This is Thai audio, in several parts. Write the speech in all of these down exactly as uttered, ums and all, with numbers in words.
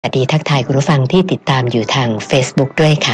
สวัสดีทักทายคุณผู้ฟังที่ติดตามอยู่ทาง Facebook ด้วยค่ะ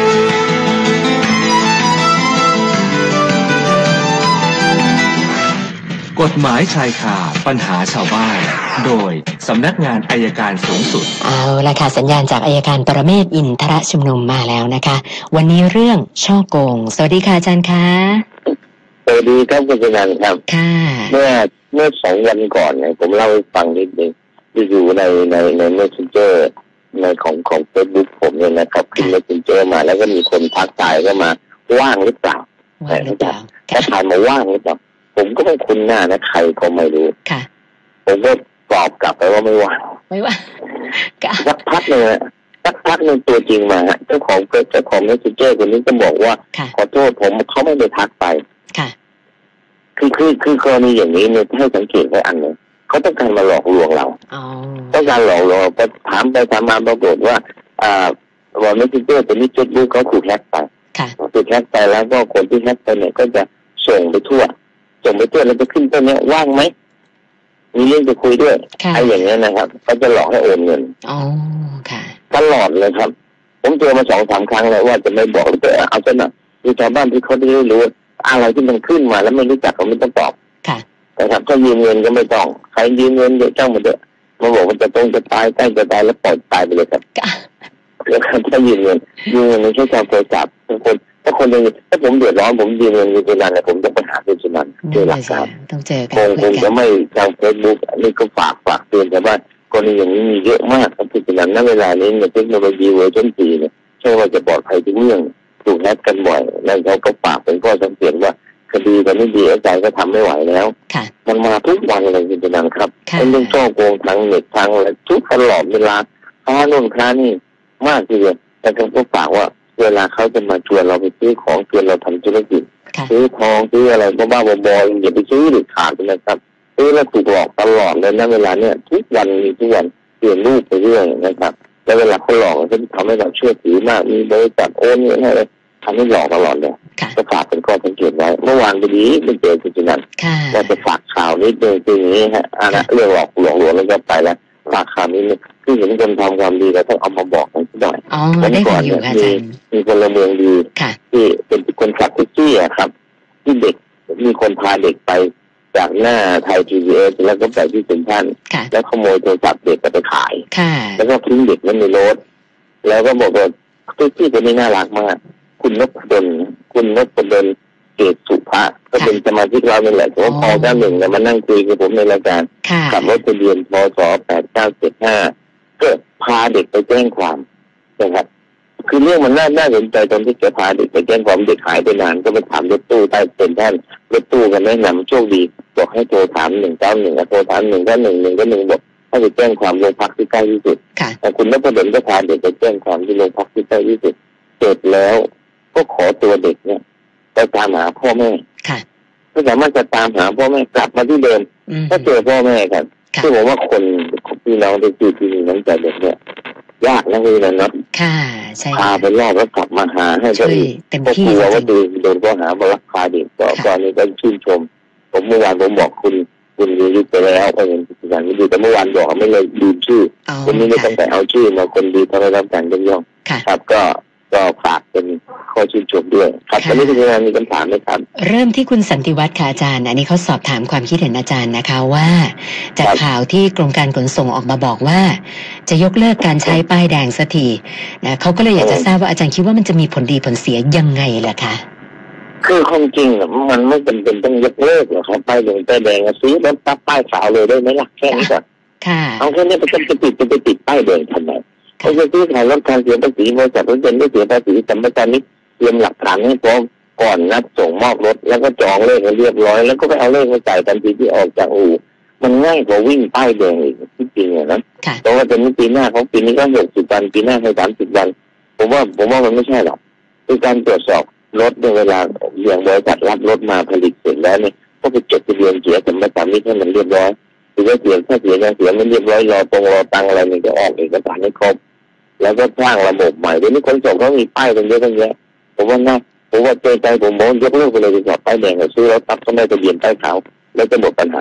กฎหมายชายคาปัญหาชาวบ้านโดยสำนักงานอัยการสูงสุดเอาละค่ะสัญญาณจากอัยการปรเมศวร์อินทรชุมนุมมาแล้วนะคะวันนี้เรื่องช่อโกงสวัสดีค่ะอาจารย์คะสวัสดีครับคุณนันท์ครับค่ะเมื่อเมื่อสองวันก่อนเนี่ยผมเล่าให้ฟังนิดนึงอยู่ในในใน Messenger ในของของ Facebook ผมเนี่ยนะครับขึ้น Messenger มาแล้วก็มีคนทักทายก็มาว่างหรือเปล่าว่างหรือเปล่าถ้าทายมาว่างหรือเปล่าผมก็ไม่คุ้นหน้านะใครก็ไม่รู้ค่ะผมก็ตอบกลับไปว่าไม่ว่างไม่ว่างสักพักนึงสักพักนึงตัวจริงมาเจ้าของเจ้าของ Messenger คนนี้ก็บอกว่าขอโทษผมเขาไม่ได้ทักไปค่ะคือคือคือกรณีอย่างนี้เนี่ยให้สังเกตไว้อันนึงเขาต้องการมาหลอกลวงเราต้องการหลอกลวงไปถามไปถามมาปรากฏว่าอ่าว่า Messenger ตัวนี้จุดรู้เขาถูกแฮกไปถูกแฮกไปแล้วก็คนที่แฮกไปเนี่ยก็จะส่งไปทั่วส่งไปทั่วแล้วจะขึ้นตัวเนี้ยว่างไหมมีเรื่องจะคุยด้วยไอ้อย่างเงี้ยนะครับเขาจะหลอกให้โอนเงินอ๋อค่ะตลอดเลยครับผมเจอมาสองสามครั้งแล้วว่าจะไม่บอกแต่เอาซะหน่อยมีชาวบ้านที่เขาได้รู้อะไรที่มันขึ้นมาแล้วไม่รู้จักเขาไม่ต้องตอบค่ะนะครับถ้ายืมเงินก็ไม่ต้องใครยืมเงินเดี๋ยวเจ้ามันเดี๋ยวมาบอกมันจะต้องจะตายใกล้จะตายแล้วปล่อยตายไปเลยครับแล้วถ้ายืมเงินยืมเงินไม่ใช่การโกงจับทุกคนถ้าคนนึงถ้าผมเดือดร้อนผมยืมเงินอยู่นานเนี่ยผมจะไปหาคุณสุนันท์เจอหลักฐานต้องเจอกันคงคงจะไม่ทางเฟซบุ๊กนี่ก็ฝากฝากเตือนแต่ว่ากรณีอย่างนี้มีเยอะมากครับคุณสุนันท์ณเวลานี้เนี่ยเทคโนโลยีเวอร์ชันสี่เนี่ยใช่ว่าจะปลอดภัยทุกเรื่องถูกแฮกกันบ่อยแล้วเขาก็ฝากเป็นข้อสังเกตว่าคดีตอนนี้ดีเอสไอก็ทำไม่ไหวแล้วมันมาทุกวันเลยคุณสุนันท์ครับเป็นเรื่องช่อโกงทางเน็ตทางอะไรทุกตลอดเวลาค้าโน่นค้านี่มากทีเดียวแต่เขาก็ฝากว่าเวลาเขาจะมาชวนเราไปซื้อของชวนเราทำธุรกิจซื้อทองซื้ออะไรบ้าๆบอๆอย่าไปซื้อหรือขาดนะครับซื้อแล้วถูกหลอกตลอดเลยนะเวลาเนี้ยทุกวันมีทุกวันเปลี่ยนรูปไปเรื่อยนะครับแล้วเวลาเขาหลอกก็จะทำให้เราเชื่อถือมากมีบริษัทโอนเงินให้เลยทำให้หลอกตลอดเลยก็ฝากเป็นข้อสังเกตไว้เมื่อวานพอดีไม่เจอคุณจุนันท์ว่าจะฝากข่าวนิดนึงคืออย่างนี้ฮะอ่ะเรื่องหลอกหลวงหลวงแล้วก็ไปแล้วฝากข่าวนี้คือเห็นคนทำความดีแล้วต้องเอามาบอกกันหน่อยวันก่อนเนี่ยมีมีพลเมืองดีที่เป็นคนขับแท็กซี่อะครับที่เด็กมีคนพาเด็กไปจากหน้าไทยทีวีเอสแล้วก็ไปที่เซ็นทรัลแล้วขโมยโทรศัพท์เด็กไปขายแล้วก็ทิ้งเด็กนั้นในรถแล้วก็บอกว่าแท็กซี่คนนี้น่ารักมากคุณนพดลคุณนพดลเกศสุภาก็เป็นสมาชิกเราเป็นแหละผมพอด้านหนึ่งเนี่ยมานั่งคุยกับผมในรายการขับรถทะเบียนพศแปดเก้าเจ็ดห้าก็พาเด็กไปแจ้งความนะครับคือเรื่องมันน่าน่าสนใจตอนที่แกพาเด็กไปแจ้งความเด็กหายไปนานก็ไปถามรถตู้ใต้เซ็นทรัลรถตู้กันแนะนำโชคดีบอกให้โทรถามหนึ่งเก้าหนึ่งโทรถามหนึ่งเก้าหนึ่งหนึ่งก็หนึ่งบอกให้ไปแจ้งความโรงพักที่ใกล้ที่สุดแต่คุณนพดลก็พาเด็กไปแจ้งความที่โรงพักที่ใกล้ที่สุดเสร็จแล้วก็ขอตัวเด็กเนี่ยไปตามหาพ่อแม่ก็สามารถจะตามหาพ่อแม่กลับมาที่เดิมก็เจอพ่อแม่กันคือผมว่าคนพี่น้องที่ที่ที่มีน้ำใจเด็กเนี่ยยากนะพี่นะค่ะใช่พาไปรอบแล้วกลับมาหาให้ตัวเองก็กลัวว่าตัวโดนข้อหามาลักพาเด็กก็ตอนนี้ก็ชื่นชมผมเมื่อวานผมบอกคุณคุณยืดไปแล้วก็เห็นอย่างนี้ดีแต่เมื่อวานบอกไม่เลยลืมชื่อวันนี้ไม่ต้องแต่เอาชื่อมาคนดีต้องได้รับการยกย่องครับก็ก็ฝากเป็นข้อชื่นชมด้วยครับตอนนี้คุณนันท์มีคำถามไหมครับเริ่มที่คุณสันติวัฒน์ค่ะอาจารย์อันนี้เขาสอบถามความคิดเห็นอาจารย์นะคะว่าจากข่าวที่กรมการขนส่งออกมาบอกว่าจะยกเลิกการใช้ป้ายแดงสักทีนะเขาก็เลยอยากจะทราบว่าอาจารย์คิดว่ามันจะมีผลดีผลเสียยังไงล่ะคะคือความจริงมันไม่จำเป็นต้องยกเลิกหรอกครับป้ายแดงป้ายแดงซื้อรถปั๊บป้ายขาวเลยได้ไหมล่ะแค่นี้ก่อนเอาแค่นี้ไปจะติดจะติดป้ายแดงทำไมเขาจะซื้อขายรถการเสียภาษีบริษัทรถยนต์ไม่เสียภาษีสัมปทานนี้เตรียมหลักฐานให้พร้อมก่อนนัดส่งมอบรถแล้วก็จองเลขให้เรียบร้อยแล้วก็ไปเอาเลขมาจ่ายทันทีที่ออกจากอู่มันง่ายกว่าวิ่งป้ายแดงอีกที่จริงอ่ะนะเพราะว่าเป็นปีหน้าของปีนี้ก็หกสิบวันปีหน้าให้สามสิบวันผมว่าผมว่ามันไม่ใช่หรอกคือการตรวจสอบรถในเวลาอย่างบริษัทรับรถมาผลิตเสร็จแล้วเนี่ยก็ไปจดทะเบียนเสียสัมปทานนี้ให้มันเรียบร้อยหรือว่าเสียถ้าเสียยังเสียไม่เรียบร้อยรอตรงรอตังอะไรนี่ก็ออกเอกสารให้ครบแล้วก็สร้างระบบใหม่เดี๋ยวนี้คนส่งเขามีป้ายกันเยอะกันแยะผมว่าน่าผมว่าเจอใจผมมองยกเลิกไปเลยดีกว่าป้ายแดงซื้อแล้วตัดก็ไม่ทะเบียนป้ายขาวแล้วจะหมดปัญหาครับ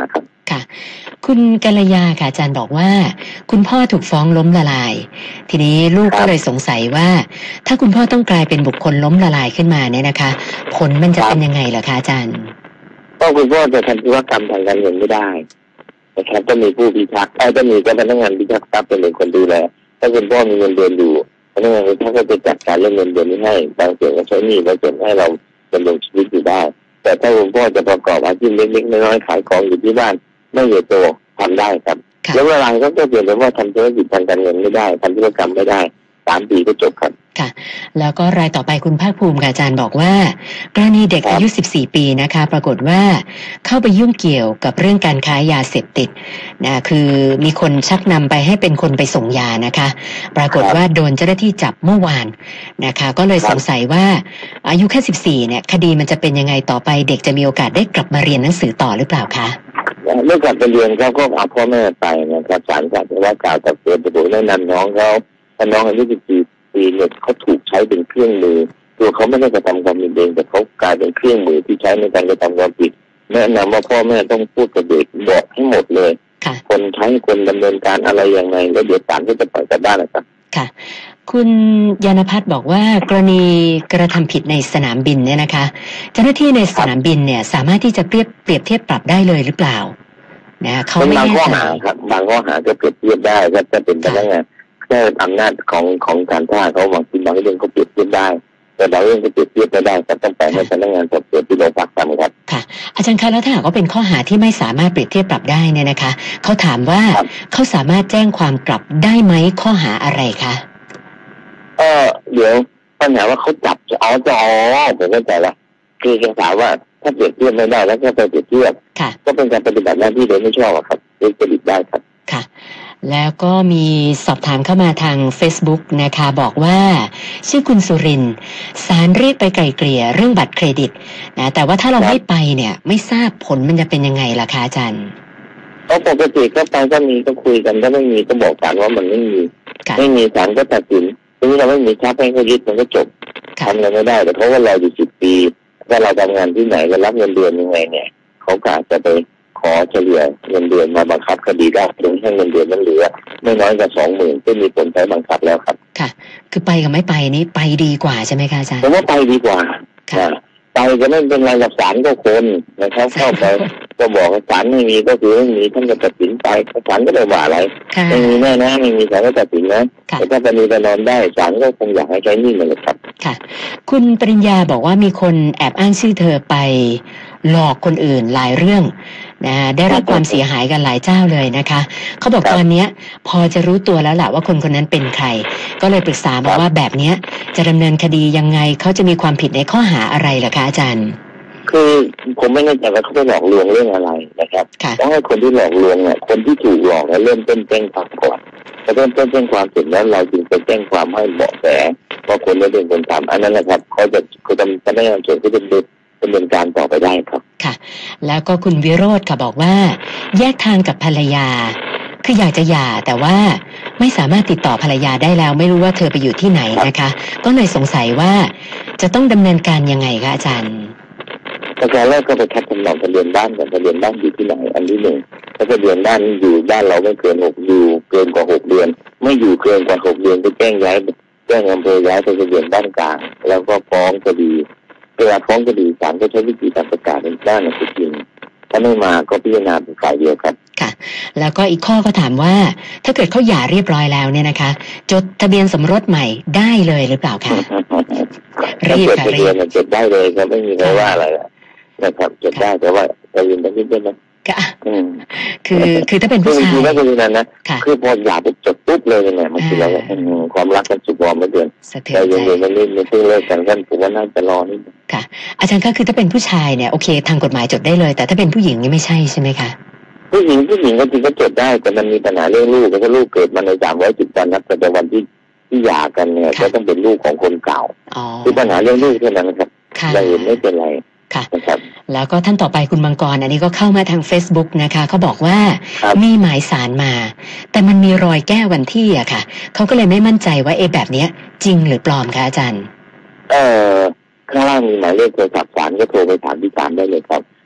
ค่ะคุณกัลยาค่ะอาจารย์บอกว่าคุณพ่อถูกฟ้องล้มละลายทีนี้ลูกก็เลยสงสัยว่าถ้าคุณพ่อต้องกลายเป็นบุคคลล้มละลายขึ้นมาเนี่ยนะคะผลมันจะเป็นยังไงล่ะคะอาจารย์ก็คุณพ่อจะทำธุรกรรมทางการเงินไม่ได้นะครับจะมีผู้พิทักษ์จะมีเจ้าพนักงานพิทักษ์ทรัพย์เป็นคนดูแลถ้าคุณพ่อมีเงินเดือนอยู่พนักงานพิทักษ์ก็จะจัดการเรื่องเงินเดือนนี้ให้บางส่วนก็ใช้หนี้บางส่วนให้เราดำรงชีวิตอยู่ได้แต่ถ้าคุณพ่อจะประกอบอาชีพเล็กๆน้อยๆขายของอยู่ที่บ้านไม่ใหญ่โตทำได้ครับแล้วเวลาก็จะเปลี่ยนเป็นว่าทำธุรกิจทางการเงินไม่ได้ทำธุรกรรมไม่ได้สามปีก็จบครับค่ะแล้วก็รายต่อไปคุณภาคภูมิค่ะอาจารย์บอกว่ากรณีเด็กอายุสิบสี่ปีนะคะปรากฏว่าเข้าไปยุ่งเกี่ยวกับเรื่องการค้ายาเสพติดนะคือมีคนชักนำไปให้เป็นคนไปส่งยานะคะปรากฏว่าโดนเจ้าหน้าที่จับเมื่อวานนะคะก็เลยสงสัยว่าอายุแค่สิบสี่เนี่ยคดีมันจะเป็นยังไงต่อไปเด็กจะมีโอกาสได้กลับมาเรียนหนังสือต่อหรือเปล่าคะเมื่อกลับไปเรียนเขาก็เอาพ่อแม่ไปนะครับศาลก็ว่ากล่าวตักเตือนจะบอกแนะนำน้องเขาถ้าน้องอายุสิบสี่ปีเนี่ยเขาถูกใช้เป็นเครื่องมือตัวเขาไม่ได้กระทำความผิดเองแต่เขากลายเป็นเครื่องมือที่ใช้ในการกระทำความผิดแนะนำว่าพ่อแม่ต้องพูดกับเด็กบอกให้หมดเลยคนใช้คนดำเนินการอะไรยังไงแล้วเดี๋ยวศาลก็จะปล่อยกลับบ้านนะครับค่ะคุณยานภัทรบอกว่ากรณีกระทำผิดในสนามบินเนี่ยนะคะเจ้าหน้าที่ในสนามบินเนี่ยสามารถที่จะเปรียบเปรียบเทียบปรับได้เลยหรือเปล่านะเขาไม่แน่ใจครับบางข้อหาจะเปรียบเทียบได้ก็จะเป็นพนักงานแค่อำนาจของของการท่าเขาบางทีบางเรื่องก็เปรียบเทียบได้แต่บางเรื่องก็เปรียบเทียบไม่ได้ก็ต้องไปให้พนักงานสอบสวนที่โรงพักทำครับค่ะอาจารย์คะแล้วถ้าหากว่าเป็นข้อหาที่ไม่สามารถเปรียบเทียบปรับได้เนี่ยนะคะเขาถามว่าเขาสามารถแจ้งความกลับได้ไหมข้อหาอะไรคะเออเดี๋ยวปัญหาว่าเขาจับจะอ๋อจะอ๋อผมเข้าใจละคือคำถามว่าถ้าเปรียบเทียบไม่ได้แล้วก็ไปเปรียบเทียบก็เป็นการปฏิบัติหน้าที่โดยไม่ชอบครับเป็นผลิตได้ครับค่ะแล้วก็มีสอบถามเข้ามาทาง Facebook นะคะบอกว่าชื่อคุณสุรินทร์ศาลเรียกไปไกล่เกลี่ยเรื่องบัตรเครดิตนะแต่ว่าถ้าเราไม่ไปเนี่ยไม่ทราบผลมันจะเป็นยังไงล่ะคะอาจารย์ก็ปกติก็ไปก็มีก็คุยกันถ้าไม่มีก็บอกศาลว่ามันไม่มีไม่มีศาลก็ตัดสินทีนี้เราไม่มีทรัพย์ให้เขายึดมันก็จบทำอะไรไม่ได้แต่เขาก็รออยู่สิบปีถ้าเราทำงานที่ไหนก็รับเงินเดือนยังไงเนี่ยเขาก็อาจจะไปขอเฉลี่ยเงินเดือนมาบังคับคดีได้ถึงให้เงินเดือนมันเหลือไม่น้อยกว่าสองหมื่นก็มีผลใช้บังคับแล้วครับค่ะคือไปกับไม่ไปนี่ไปดีกว่าใช่ไหมคะอาจารย์ผมว่าไปดีกว่าค่ะไปก็ไม่เป็นไรกับศาลก็คนนะครับเข้าไปก็บอกว่าศาลไม่มีก็คือไม่มีท่านก็ตัดสินไปศาลก็ไม่ว่าอะไรไม่มีแน่นะไม่มีศาลก็ตัดสินนะแต่ถ้าปณีประนอมได้ศาลก็คงอยากให้ใช้หนี้มันเลยครับค่ะคุณปริญญาบอกว่ามีคนแอบอ้างชื่อเธอไปหลอกคนอื่นหลายเรื่องนะได้รับความเสียหายกันหลายเจ้าเลยนะคะเขาบอกตอนนี้พอจะรู้ตัวแล้วแหละว่าคนคนนั้นเป็นใครก็เลยปรึกษามาว่าแบบนี้จะดำเนินคดียังไงเขาจะมีความผิดในข้อหาอะไรล่ะคะอาจารย์คือผมไม่แน่ใจว่าเขาไปหลอกลวงเรื่องอะไรนะครับต้องให้คนที่หลอกลวงเนี่ยคนที่ถูกหลอกเริ่มต้นแจ้งความก่อนพอเริ่มต้นแจ้งความเสร็จแล้วเราจึงไปแจ้งความให้เบาะแสว่าคนนี้เป็นคนทำอันนั้นแหละครับเขาจะเขาจะพนักงานสอบสวนก็จะดำเนินการต่อไปได้ครับค่ะแล้วก็คุณวิโรจน์ค่ะบอกว่าแยกทางกับภรรยาคืออยากจะหย่าแต่ว่าไม่สามารถติดต่อภรรยาได้แล้วไม่รู้ว่าเธอไปอยู่ที่ไหนนะคะก็เลยสงสัยว่าจะต้องดำเนินการยังไงคะอาจารย์ประการแรกก็ไปคัดจำลองทะเบียนบ้านก่อนทะเบียนบ้านอยู่ที่ไหนอันที่หนึ่งถ้าทะเบียนบ้านอยู่บ้านเราไม่เกินหกอยู่เกินกว่าหกเดือนไม่อยู่เกินกว่าหกเดือนก็แจ้งย้ายแจ้งอำเภอย้ายไปทะเบียนบ้านกลางแล้วก็ฟ้องคดีเวลาฟ้องคดีศาลก็ใช้วิธีการประกาศเป็นด้านในคดีถ้าไม่มาก็พิจารณาเป็นฝ่ายเดียวครับค่ะแล้วก็อีกข้อก็ถามว่าถ้าเกิดเขาหย่าเรียบร้อยแล้วเนี่ยนะคะจดทะเบียนสมรสใหม่ได้เลยหรือเปล่าคะรีบค่ะรีบจดได้เลยครับไม่มีใครว่าอะไรนะครับจดได้แต่ว่าจะยืนตรงนี้ด้วยนะค่ะคือคือถ้าเป็นผู้ชายไม่คือนั้นนะคือพอหย่าปุ๊บจดปุ๊บเลยเนี่ยมันคือเราความรักกันสุขความไม่เดือนแต่ยังอยู่มันนี่มันเพิ่งเลิกกันกันผมว่าน่าจะรอนิดค่ะอาจารย์ก็คือถ้าเป็นผู้ชายเนี่ยโอเคทางกฎหมายจดได้เลยแต่ถ้าเป็นผู้หญิงนี่ไม่ใช่ใช่ไหมคะผู้หญิงผู้หญิงก็จริงก็จดได้แต่มันมีปัญหาเรื่องลูกแล้วก็ลูกเกิดมาในสามร้อยสิบวันนับแต่วันที่ที่หย่ากันเนี่ยก็ต้องเป็นลูกของคนเก่าคือปัญหาเรื่องลูกเท่านั้นครับเราเห็นไม่เป็นไรค่ะแล้วก็ท่านต่อไปคุณมังกรอันนี้ก็เข้ามาทาง Facebook นะคะเขาบอกว่ามีหมายสารมาแต่มันมีรอยแก้วันที่อะค่ะเขาก็เลยไม่มั่นใจว่าเอแบบนี้จริงหรือปลอมคะอาจารย์เอ่อข้างล่างมีหมายเลขโทรศัพท์ศาลก็โทรไปถามที่ศาลได้เลยครับ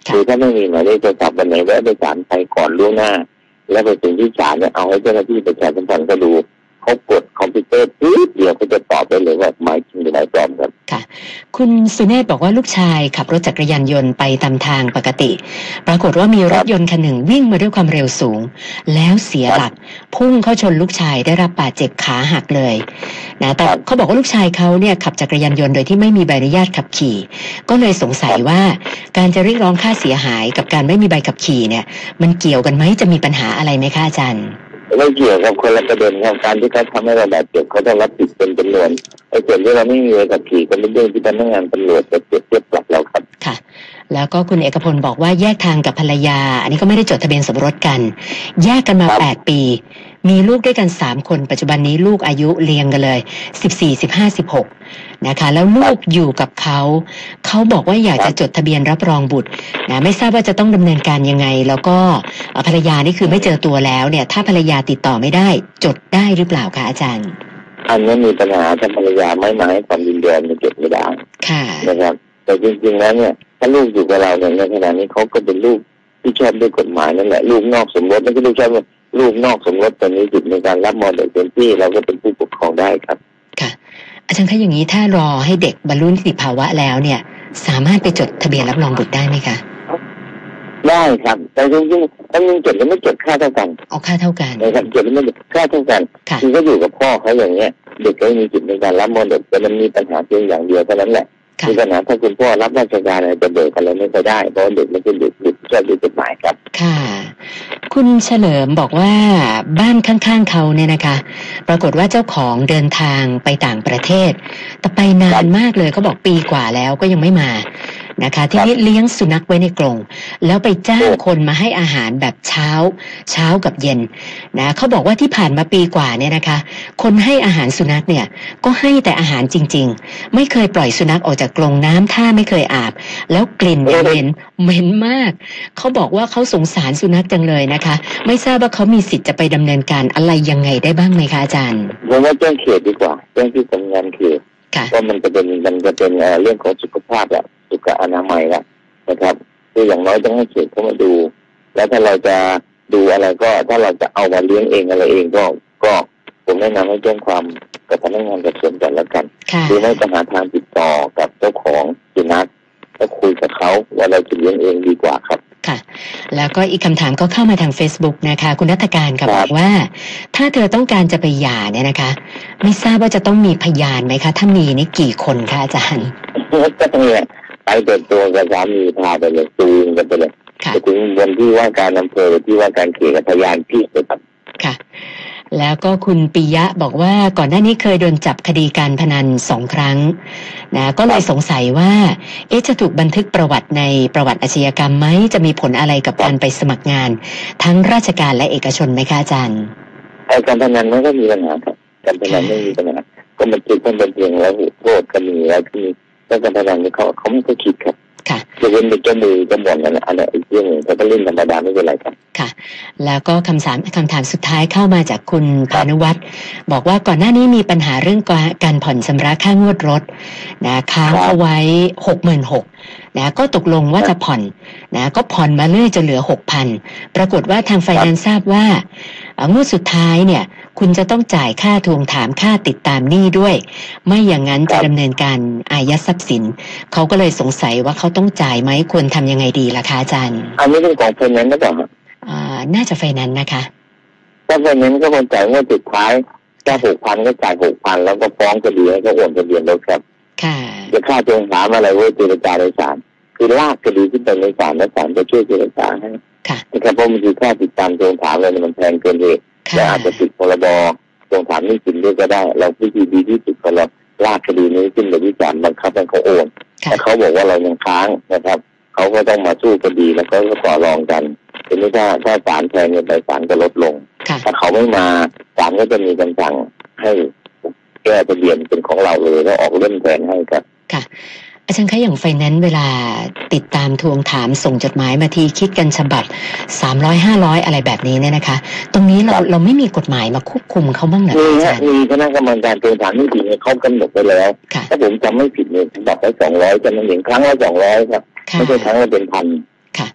คือถ้าไม่มีหมายเลขโทรศัพท์วันไหนแวะไปศาลไปก่อนล่วงหน้าแล้วไปถึงที่ศาลเนี่ยเอาให้เจ้าหน้าที่ประชาสัมพันธ์ก็ดูเขากดคอมพิวเตอร์ปุ๊บเดียวเขาจะตอบได้เลยว่าหมายจริงหรือหมายปลอมครับค่ะคุณสุเนศบอกว่าลูกชายขับรถจักรยานยนต์ไปตามทางปกติปรากฏว่ามีรถยนต์คันหนึ่งวิ่งมาด้วยความเร็วสูงแล้วเสียหลักพุ่งเข้าชนลูกชายได้รับบาดเจ็บขาหักเลยนะแต่เขาบอกว่าลูกชายเขาเนี่ยขับจักรยานยนต์โดยที่ไม่มีใบอนุญาตขับขี่ก็เลยสงสัยว่าการจะเรียกร้องค่าเสียหายกับการไม่มีใบขับขี่เนี่ยมันเกี่ยวกันไหมจะมีปัญหาอะไรไหมคะอาจารย์ไม่เกี่ยวกับคนละประเด็นครับการที่เขาทำให้เราบาดเจ็บเขาต้องรับผิดเป็นจำนวนไอ้ส่วนที่เราไม่มีใบขับขี่ก็เป็นเรื่องที่พนักงานตำรวจจะเปรียบเทียบปรับเราครับค่ะแล้วก็คุณเอกพลบอกว่าแยกทางกับภรรยาอันนี้ก็ไม่ได้จดทะเบียนสมรสกันแยกกันมาแปดปีมีลูกด้วยกันสามคนปัจจุบันนี้ลูกอายุเรียงกันเลยสิบสี่ สิบห้า สิบหกนะคะแล้วลูกอยู่กับเขาเขาบอกว่าอยากจะจดทะเบียนรับรองบุตรนะไม่ทราบว่าจะต้องดำเนินการยังไงแล้วก็ภรรยานี่คือไม่เจอตัวแล้วเนี่ยถ้าภรรยาติดต่อไม่ได้จดได้หรือเปล่าคะอาจารย์อันนี้มีปัญหาถ้าภรรยาไม่มาให้ความยินยอมมันจดไม่ได้ค่ะนะครับแต่จริงๆแล้วเนี่ยถ้าลูกอยู่กับเราเนี่ยในขณะนี้เขาก็เป็นลูกที่ชอบด้วยกฎหมายนั่นแหละลูกนอกสมรสนั่นก็ลูกชอบลูกนอกสมรสตอนนี้สิทธิในการรับมรดกเต็มที่เราก็เป็นผู้ปกครองได้ครับค่ะอาจารย์คะอย่างนี้ถ้ารอให้เด็กบรรลุนิติภาวะแล้วเนี่ยสามารถไปจดทะเบียนรับรองบุตรได้ไหมคะได้ครับแต่จริงๆถ้ายังจดแล้วไม่จดค่าเท่ากันเอาค่าเท่ากันนะครับจดแล้วไม่จดค่าเท่ากันคือก็อยู่กับพ่อเขาอย่างเงี้ยเด็กก็มีสิทธิในการรับมรดกแต่มันมีปัญหาเพียงอย่างเดียวเท่านั้นแหละมีปัญหาถ้าคุณพ่อรับราชการอะไรจะเบิกอะไรไม่ค่อยได้เพราะเด็กไม่ใช่เด็กเด็กชอบดูกฎหมายครับค่ะคุณเฉลิมบอกว่าบ้านข้างๆเขาเนี่ยนะคะปรากฏว่าเจ้าของเดินทางไปต่างประเทศแต่ไปนานมากเลยเขาบอกปีกว่าแล้วก็ยังไม่มานะคะที่นี่เลี้ยงสุนัขไว้ในกรงแล้วไปจ้างคนมาให้อาหารแบบเช้าเช้ากับเย็นนะเขาบอกว่าที่ผ่านมาปีกว่าเนี่ยนะคะคนให้อาหารสุนัขเนี่ยก็ให้แต่อาหารจริงๆไม่เคยปล่อยสุนัขออกจากกรงน้ำท่าไม่เคยอาบแล้วกลิ่นเหม็นเหม็นมากเขาบอกว่าเขาสงสารสุนัขจังเลยนะคะไม่ทราบว่าเขามีสิทธิ์จะไปดำเนินการอะไรยังไงได้บ้างไหมคะอาจารย์ผมว่าแจ้งเขตดีกว่าแจ้งที่สำนักงานเขตเพราะมันจะเป็นมันจะเป็นเรื่องของสุขภาพอะสุขอนามัยละนะครับคืออย่างน้อยต้องให้เขตเข้ามาดูแล้วถ้าเราจะดูอะไรก็ถ้าเราจะเอามาเลี้ยงเองอะไรเองก็ก็ผมแนะนำให้แจ้งความกับพนักงานสอบสวนก่อนแล้วกันหรือไม่ก็หาทางติดต่อกับเจ้าของสุนัขแล้วคุยกับเขาว่าเราจะเลี้ยงเองดีกว่าครับค่ะแล้วก็อีกคำถามก็เข้ามาทาง Facebook นะคะคุณรัตการค่ะบอกว่าถ้าเธอต้องการจะไปหย่าเนี่ยนะคะไม่ทราบว่าจะต้องมีพยานไหมคะถ้ามีนี่กี่คนคะอาจารย์ก็ต้องเนี่ยไปเปิดตัวกับสามีพาไปเลยจูงกันไปเลยไปถึงวันที่ว่าการอำเภอที่ว่าการเขตกับพยานพี่ไปครับค่ะแล้วก็คุณปิยะบอกว่าก่อนหน้านี้เคยโดนจับคดีการพนันสองครั้งนะก็เลยสงสัยว่าเอ๊ะจะถูกบันทึกประวัติในประวัติอาชญากรรมไหมจะมีผลอะไรกับการไปสมัครงานทั้งราชการและเอกชนไหมคะอาจารย์ไอ้การพนันมันก็มีปัญหาครับการพนันไม่มีปัญหาก็มันจึงต้องเป็นเพียงแล้วโทษก็มีแล้วที่แล้วการพนันนี่เขาเขาไม่ค่อยคิดครับจะเป็นเป็นเจ้ามือจะบ่นกันอะไรอีกเรื่องหนึ่งแต่ก็เล่นธรรมดาไม่เป็นไรครับค่ะแล้วก็คำถามคำถามสุดท้ายเข้ามาจากคุณพานุวัฒน์บอกว่าก่อนหน้านี้มีปัญหาเรื่องการผ่อนชำระค่างวดรถนะค้างเอาไว้หกหมื่นหกนะก็ตกลงว่าจะผ่อนนะก็ผ่อนมาเรื่อยจนเหลือหกพันปรากฏว่าทางไฟแนนซ์ทราบว่างวดสุดท้ายเนี่ยคุณจะต้องจ่ายค่าทวงถามค่าติดตามหนี้ด้วยไม่อย่างนั้นจะดำเนินการอายัดทรัพย์สินเขาก็เลยสงสัยว่าเขาต้องจ่ายไหมควรทำยังไงดีล่ะคะอาจารย์อันนี้เป็นของไฟแนนซ์หรือเปล่าอ่าน่าจะไฟแนนซ์นะคะถ้าไฟแนนซ์ก็ควรจ่ายงวดสุดท้ายแค่หกพันก็จ่ายหกพันแล้วก็ฟ้องคดีให้เขาโอนทะเบียนรถครับค่ะจะค่าทวงถามอะไรไว้เจรจาในศาลคือลากคดีขึ้นไปในศาลและศาลจะช่วยเจรจาให้นะครับเพราะมันคือค่าติดตามทวงถามอะไรมันแพงเกินเหตุและอาจจะติดพรบทวงถามหนี้สินด้วยก็ได้เราวิธีดีที่สุดก็เราลากคดีนี้ขึ้นไปที่ศาลบังคับให้เขาโอนแต่เขาบอกว่าเรายังค้างนะครับเขาก็ต้องมาสู้คดีแล้วก็ต่อรองกันทีนี้ถ้าถ้าศาลแพงเงินไปศาลก็ลดลงถ้าเขาไม่มาศาลก็จะมีคำสั่งให้แก้ทะเบียนเป็นของเราเลยแล้วออกเล่มแทนให้ครับค่ะอาจารย์คะอย่างไฟแนนซ์เวลาติดตามทวงถามส่งจดหมายมาทีคิดกันฉบับสามร้อย ห้าร้อยอะไรแบบนี้เนี่ยนะคะตรงนี้เราเราไม่มีกฎหมายมาควบคุมเขาบ้างเหรออาจารย์มีคณะกรรมการทวงถามหนี้สินเขากำหนดไปแล้วถ้าผมจำไม่ผิดเนี่ยฉบับละสองร้อยจะมันเห็นครั้งละสองร้อยครับไม่ใช่ครั้งละเป็นพัน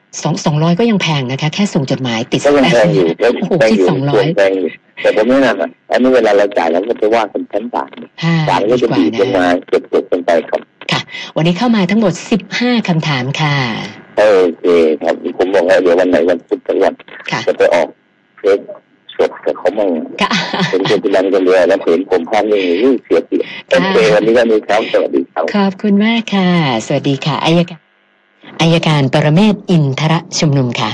สองสองร้อยก็ยังแพงนะคะแค่ส่งจดหมายติดก็ยังแพงอยู่แล้วแพงอยู่สองร้อยแพงอยู่แต่ผมไม่นั่นอ่ะอันนี้เวลาเราจ่ายเราก็ไปว่ากันชั้นศาลศาลก็จะดีขึ้นมาเก็บเก็บกันไปครับค่ะวันนี้เข้ามาทั้งหมดสิบห้าคำถามค่ะโอเคครับผมบอกว่าเดี๋ยววันไหนวันพุธทั้งวันจะไปออกเทปสดกับเขาบ้างเป็นคนที่รันกันเลยแล้วเห็นผมภาพนี่เสียเปรียบโอเควันนี้ก็มีครับสวัสดีครับขอบคุณมากค่ะสวัสดีค่ะอัยการอัยการปรเมศวร์อินทรชุมนุมค่ะ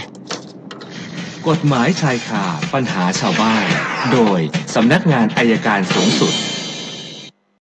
กฎหมายชายคาปัญหาชาวบ้านโดยสำนักงานอัยการสูงสุด